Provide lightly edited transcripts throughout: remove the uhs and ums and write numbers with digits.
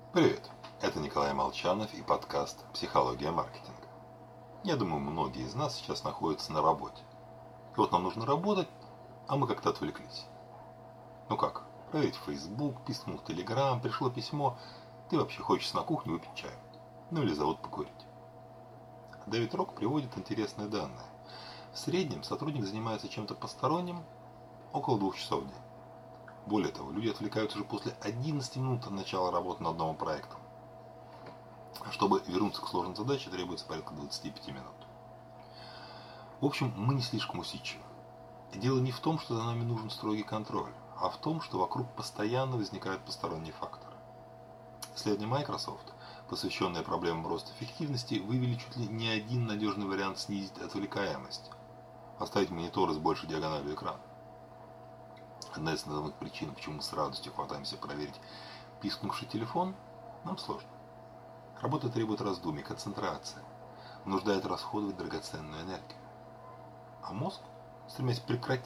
Привет, это Николай Молчанов и подкаст «Психология маркетинга». Я думаю, многие из нас сейчас находятся на работе. И вот нам нужно работать, а мы как-то отвлеклись. Ну как, проверить Facebook, письмо в Telegram, пришло письмо, ты вообще хочешь на кухню выпить чаю. Ну или зовут покурить. Дэвид Рок приводит интересные данные. В среднем сотрудник занимается чем-то посторонним около 2 часов в день. Более того, люди отвлекаются уже после 11 минут от начала работы над новым проектом. Чтобы вернуться к сложной задаче, требуется порядка 25 минут. В общем, мы не слишком усидчивы. И дело не в том, что за нами нужен строгий контроль, а в том, что вокруг постоянно возникают посторонние факторы. Исследования Microsoft, посвященные проблемам роста эффективности, выявили чуть ли не один надежный вариант снизить отвлекаемость – оставить мониторы с большей диагональю экрана. Одна из основных причин, почему мы с радостью хватаемся проверить пискнувший телефон, нам сложно. Работа требует раздумий, концентрации, вынуждает расходовать драгоценную энергию. А мозг, стремясь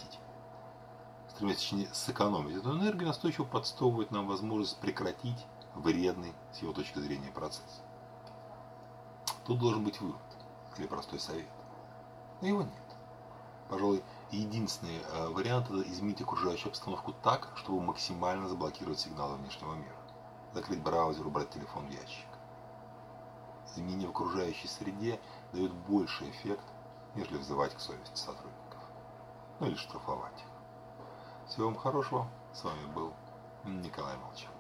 сэкономить эту энергию, настойчиво подсовывает нам возможность прекратить вредный, с его точки зрения, процесс. Тут должен быть вывод или простой совет. Но его нет. Пожалуй, единственный вариант – это изменить окружающую обстановку так, чтобы максимально заблокировать сигналы внешнего мира. Закрыть браузер, убрать телефон в ящик. Изменение в окружающей среде дает больший эффект, нежели взывать к совести сотрудников. Ну или штрафовать их. Всего вам хорошего. С вами был Николай Молчанов.